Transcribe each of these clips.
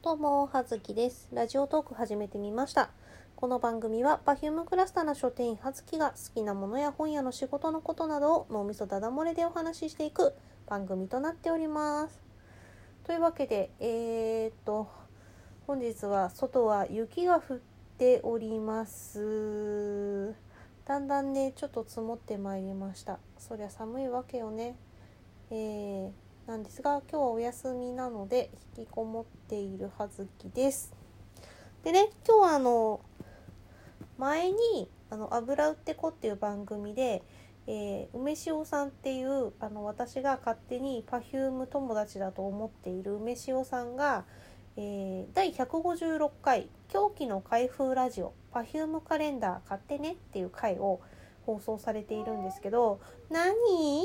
どうも、はずきです。ラジオトーク始めてみました。この番組は Perfume クラスターの書店員はずきが好きなものや本屋の仕事のことなどを脳みそだだ漏れでお話ししていく番組となっております。というわけで、本日は外は雪が降っております。だんだんね、ちょっと積もってまいりました。そりゃ寒いわけよね。なんですが、今日はお休みなので引きこもっているはずきです。でね、今日は前に油売ってこっていう番組で、梅塩さんっていう私が勝手に Perfume 友達だと思っている梅塩さんが、第156回狂気の開封ラジオ Perfume カレンダー買ってねっていう回を放送されているんですけど、何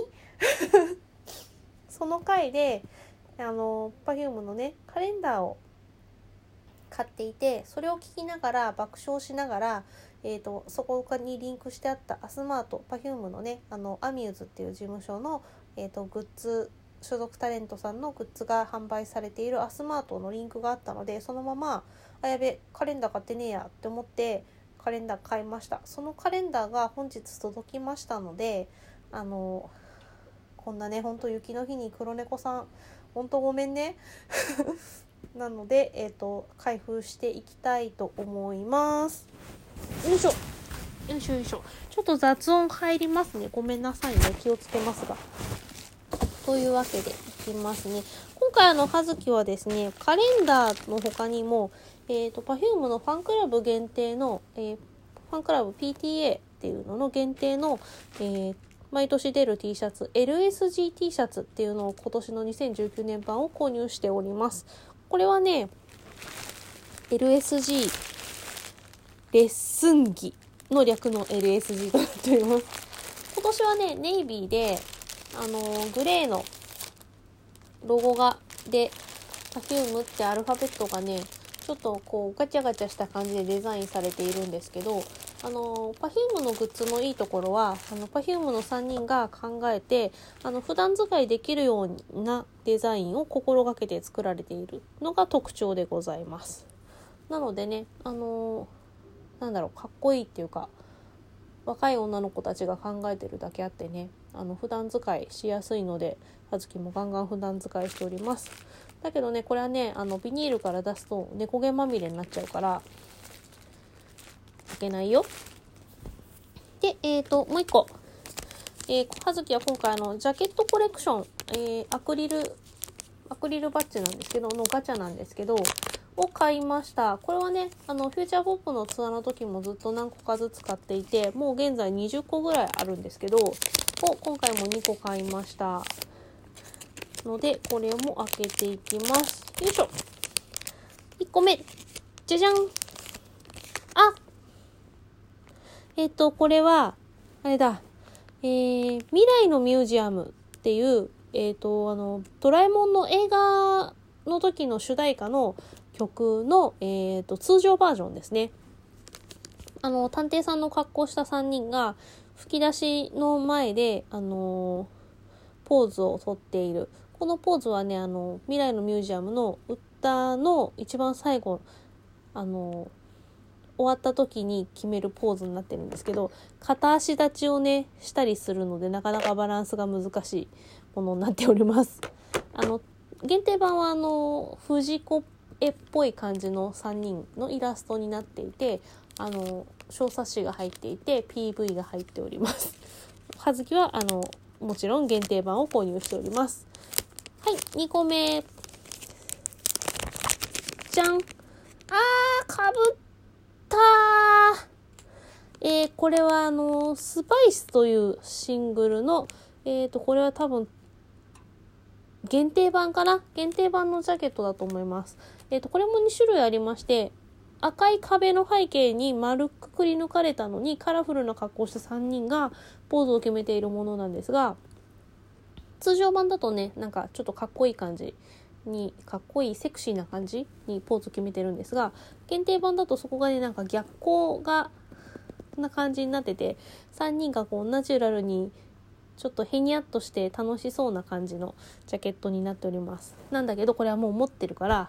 その回でPerfume のねカレンダーを買っていて、それを聞きながら爆笑しながら、そこにリンクしてあったアスマート Perfume のねアミューズっていう事務所の、グッズ所属タレントさんのグッズが販売されているアスマートのリンクがあったので、そのままやべカレンダー買ってねえやって思ってカレンダー買いました。そのカレンダーが本日届きましたので、こんなね、ほんと雪の日に黒猫さんほんとごめんねなので、開封していきたいと思います。よいしょよいしょよいしょ。ちょっと雑音入りますね、ごめんなさいね、気をつけますが。というわけでいきますね。今回はずきはですね、カレンダーの他にもPerfume のファンクラブ限定の、ファンクラブ PTA っていうのの限定の、毎年出る T シャツ LSG T シャツっていうのを今年の2019年版を購入しております。これはね LSG レッスン着の略の LSG となっております。今年はねネイビーでグレーのロゴがで Perfume ってアルファベットがねちょっとこうガチャガチャした感じでデザインされているんですけど、Perfume のグッズのいいところはPerfume の3人が考えて普段使いできるようなデザインを心がけて作られているのが特徴でございます。なのでねかっこいいっていうか若い女の子たちが考えてるだけあってね普段使いしやすいのではずきもガンガン普段使いしております。だけどねこれはねビニールから出すと猫毛まみれになっちゃうからいけないよ。でもう一個はずきは今回ジャケットコレクション、アクリルバッジなんですけどのガチャなんですけどを買いました。これはねフューチャーポップのツアーの時もずっと何個かずつ買っていて、もう現在20個ぐらいあるんですけど今回も2個買いましたので、これも開けていきます。よいしょ。1個目じゃじゃん。これはあれだ、未来のミュージアムっていうドラえもんの映画の時の主題歌の曲の、通常バージョンですね。探偵さんの格好した3人が吹き出しの前でポーズをとっている。このポーズはね未来のミュージアムの歌の一番最後終わった時に決めるポーズになってるんですけど、片足立ちをねしたりするのでなかなかバランスが難しいものになっております。限定版は藤子絵っぽい感じの3人のイラストになっていて小冊子が入っていて PV が入っております。はずきはもちろん限定版を購入しております。はい、2個目じゃん。かぶったー。これはスパイスというシングルのこれは多分限定版かな、限定版のジャケットだと思います。これも2種類ありまして、赤い壁の背景に丸くくり抜かれたのにカラフルな格好をした3人がポーズを決めているものなんですが、通常版だとねなんかちょっとかっこいい感じにかっこいいセクシーな感じにポーズを決めてるんですが、限定版だとそこがねなんか逆光がな感じになってて、3人がこうナチュラルにちょっとヘニャっとして楽しそうな感じのジャケットになっております。なんだけどこれはもう持ってるから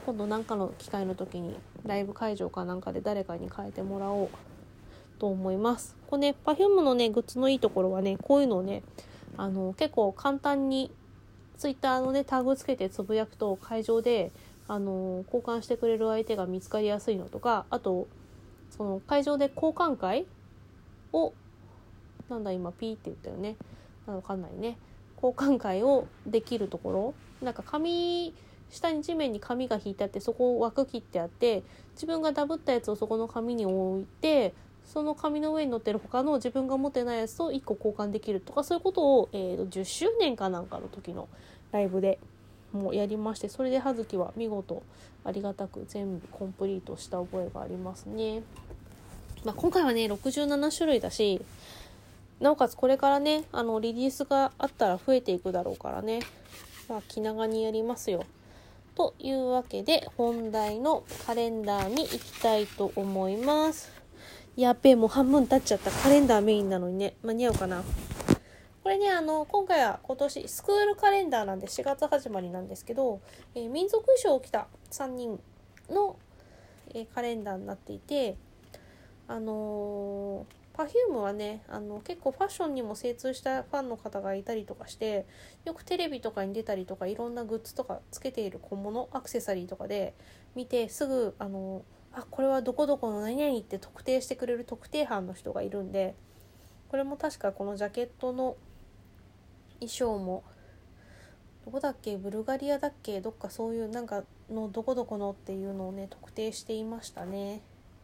今度なんかの機会の時にライブ会場かなんかで誰かに変えてもらおうと思います。これね、Perfume のねグッズのいいところはね、こういうのをね結構簡単にツイッターのねタグつけてつぶやくと会場で交換してくれる相手が見つかりやすいのとか、あとその会場で交換会をなんだ今ピーって言ったよね、わかんないね、交換会をできるところ、なんか下に地面に紙が引いてあって、そこを枠切ってあって、自分がダブったやつをそこの紙に置いて、その紙の上に載ってる他の自分が持ってないやつと1個交換できるとか、そういうことを、10周年かなんかの時のライブでもうやりまして、それで葉月は見事ありがたく全部コンプリートした覚えがありますね。今回はね67種類だし、なおかつこれからねリリースがあったら増えていくだろうからね、気長にやりますよ。というわけで本題のカレンダーに行きたいと思います。やっべえ、もう半分経っちゃった。カレンダーメインなのにね、間に合うかな。これね今回は今年スクールカレンダーなんで4月始まりなんですけど、民族衣装を着た3人の、カレンダーになっていて、Perfume はね結構ファッションにも精通したファンの方がいたりとかして、よくテレビとかに出たりとか、いろんなグッズとかつけている小物アクセサリーとかで見て、すぐこれはどこどこの何々って特定してくれる特定班の人がいるんで、これも確かこのジャケットの衣装もどこだっけ、ブルガリアだっけ、どっかそういうなんかのどこどこのっていうのをね特定していましたね。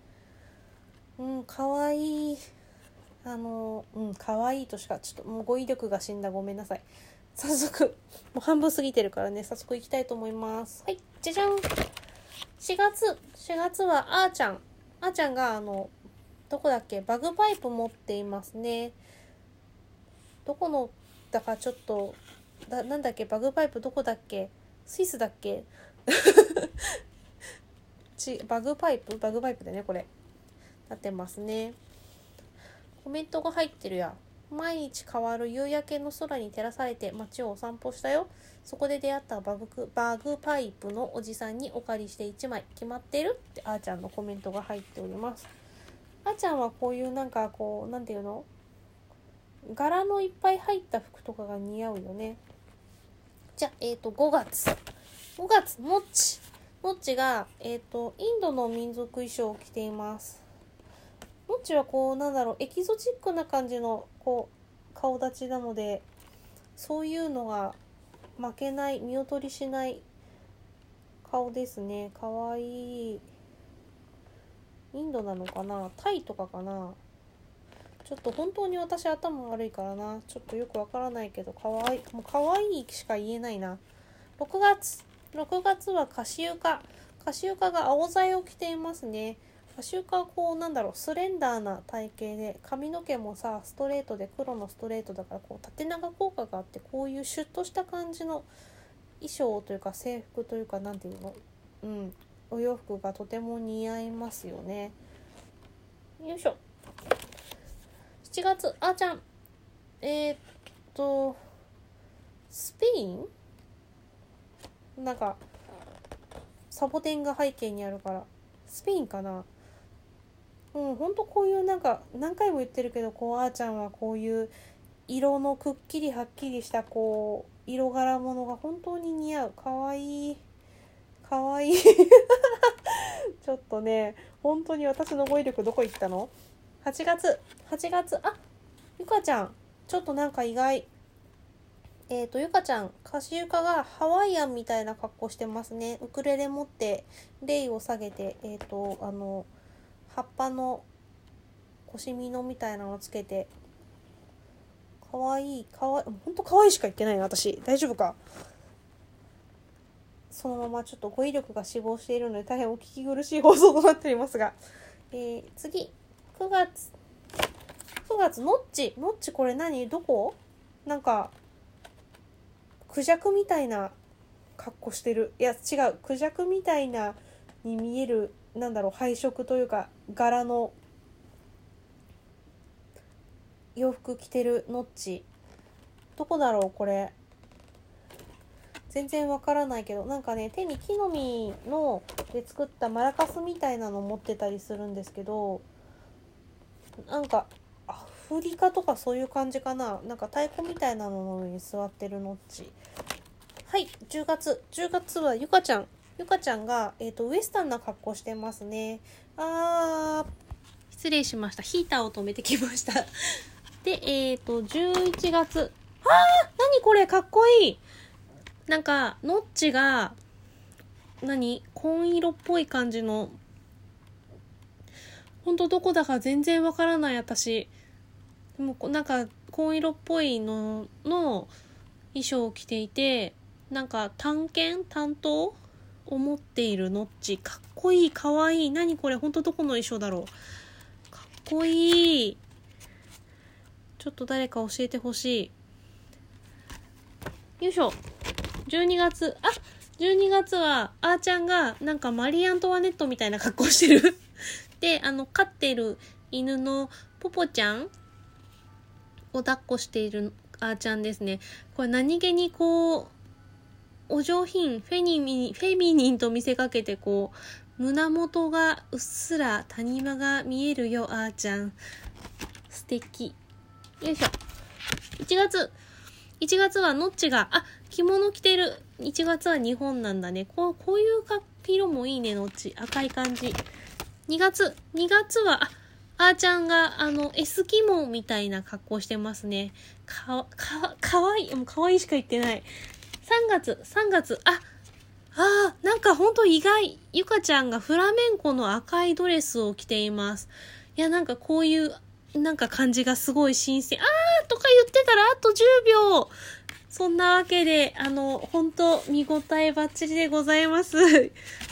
かわいい。かわいいとしかちょっともう語彙力が死んだ、ごめんなさい。早速もう半分過ぎてるからね、早速行きたいと思います。はい、じゃじゃん。4月はあーちゃんがどこだっけ、バグパイプ持っていますね。どこのだかちょっとなんだっけ、バグパイプどこだっけ、スイスだっけバグパイプだね、これなってますね。コメントが入ってるや。毎日変わる夕焼けの空に照らされて街をお散歩したよ。そこで出会ったバグパイプのおじさんにお借りして1枚決まってるってあーちゃんのコメントが入っております。あーちゃんはこういうなんかこうなんていうの、柄のいっぱい入った服とかが似合うよね。じゃあ5月もっちがインドの民族衣装を着ています。もっちはこうなんだろう、エキゾチックな感じのこう顔立ちなので、そういうのが負けない、見劣りしない顔ですね。かわいい。インドなのかな、タイとかかな、ちょっと本当に私頭悪いからな、ちょっとよくわからないけど、かわいい、もうかわいいしか言えないな。6月はカシユカが青材を着ていますね。カシユカはこうなんだろう、スレンダーな体型で、髪の毛もさストレートで黒のストレートだから、こう縦長効果があって、こういうシュッとした感じの衣装というか制服というか、なんていうの、お洋服がとても似合いますよね。よいしょ。7月あーちゃんスペインなんかサボテンが背景にあるからスペインかな。ほんとこういうなんか何回も言ってるけど、こうあーちゃんはこういう色のくっきりはっきりしたこう色柄ものが本当に似合う。かわいいちょっとね、本当に私の語彙力どこ行ったの。8月ゆかちゃんちょっとなんか意外。ゆかちゃん、カシユカがハワイアンみたいな格好してますね。ウクレレ持ってレイを下げて、葉っぱの腰みのみたいなのつけて、かわいい、ほんとかわいいしか言ってないな私。大丈夫か。そのままちょっと語彙力が死亡しているので大変お聞き苦しい放送となっていますが、次9月ノッチこれ何、どこ、なんかクジャクみたいな格好してる。いや違う、クジャクみたいなに見える、なんだろう、配色というか柄の洋服着てるノッチ。どこだろうこれ。 全然わからないけど、なんかね、手に木の実ので作ったマラカスみたいなの持ってたりするんですけど、なんかアフリカとかそういう感じかな。なんか太鼓みたいなのの上に座ってるノッチ。はい、10月はゆかちゃんが、ウエスタンな格好してますね。失礼しました。ヒーターを止めてきました。で、11月。何これかっこいい。なんか、ノッチが、紺色っぽい感じの、ほんとどこだか全然わからない私。でも、なんか、紺色っぽいの衣装を着ていて、なんか、担当を持っているノッチ。かっこいい、かわいい。何これほんとどこの衣装だろう。かっこいい。ちょっと誰か教えてほしい。よいしょ。12月は、あーちゃんが、なんかマリー・アントワネットみたいな格好してる。で、飼ってる犬のポポちゃんを抱っこしているあーちゃんですね。これ何気にこう、お上品、フェミニンと見せかけてこう、胸元がうっすら谷間が見えるよ、あーちゃん。素敵。よいしょ。1月はノッチが、着物着てる。1月は日本なんだね。こういう色もいいね、ノッチ。赤い感じ。2月は、あーちゃんが、エスキモみたいな格好してますね。かわいい。もうかわいいしか言ってない。3月、なんかほんと意外。ゆかちゃんがフラメンコの赤いドレスを着ています。いや、なんかこういう、なんか感じがすごい新鮮。とか言ってたらあと10秒。そんなわけで、ほんと見応えバッチリでございます。